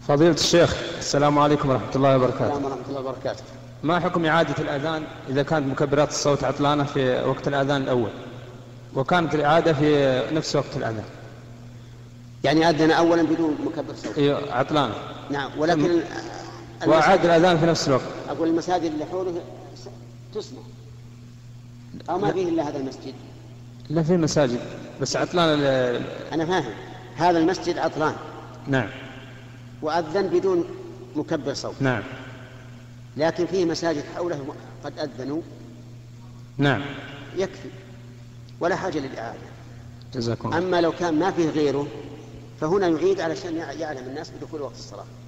فضيلة الشيخ، السلام عليكم ورحمة الله وبركاته. السلام ورحمة الله وبركاته. ما حكم إعادة الأذان إذا كانت مكبرات الصوت عطلانة في وقت الأذان الأول وكانت الإعادة في نفس وقت الأذان؟ يعني أذن أولا بدون مكبر صوت. أيوة، عطلانة. نعم، ولكن وأعاد الأذان في نفس الوقت. أقول المساجد اللي حوله تسمع أو ما فيه إلا هذا المسجد؟ لا، في مساجد بس عطلان. أنا فاهم، هذا المسجد عطلان. نعم. وأذن بدون مكبر صوت. نعم. لكن فيه مساجد حوله قد أذنوا. نعم. يكفي ولا حاجة للإعادة. جزاكم الله. أما لو كان ما فيه غيره فهنا يعيد علشان يعلم الناس بدخول وقت الصلاة.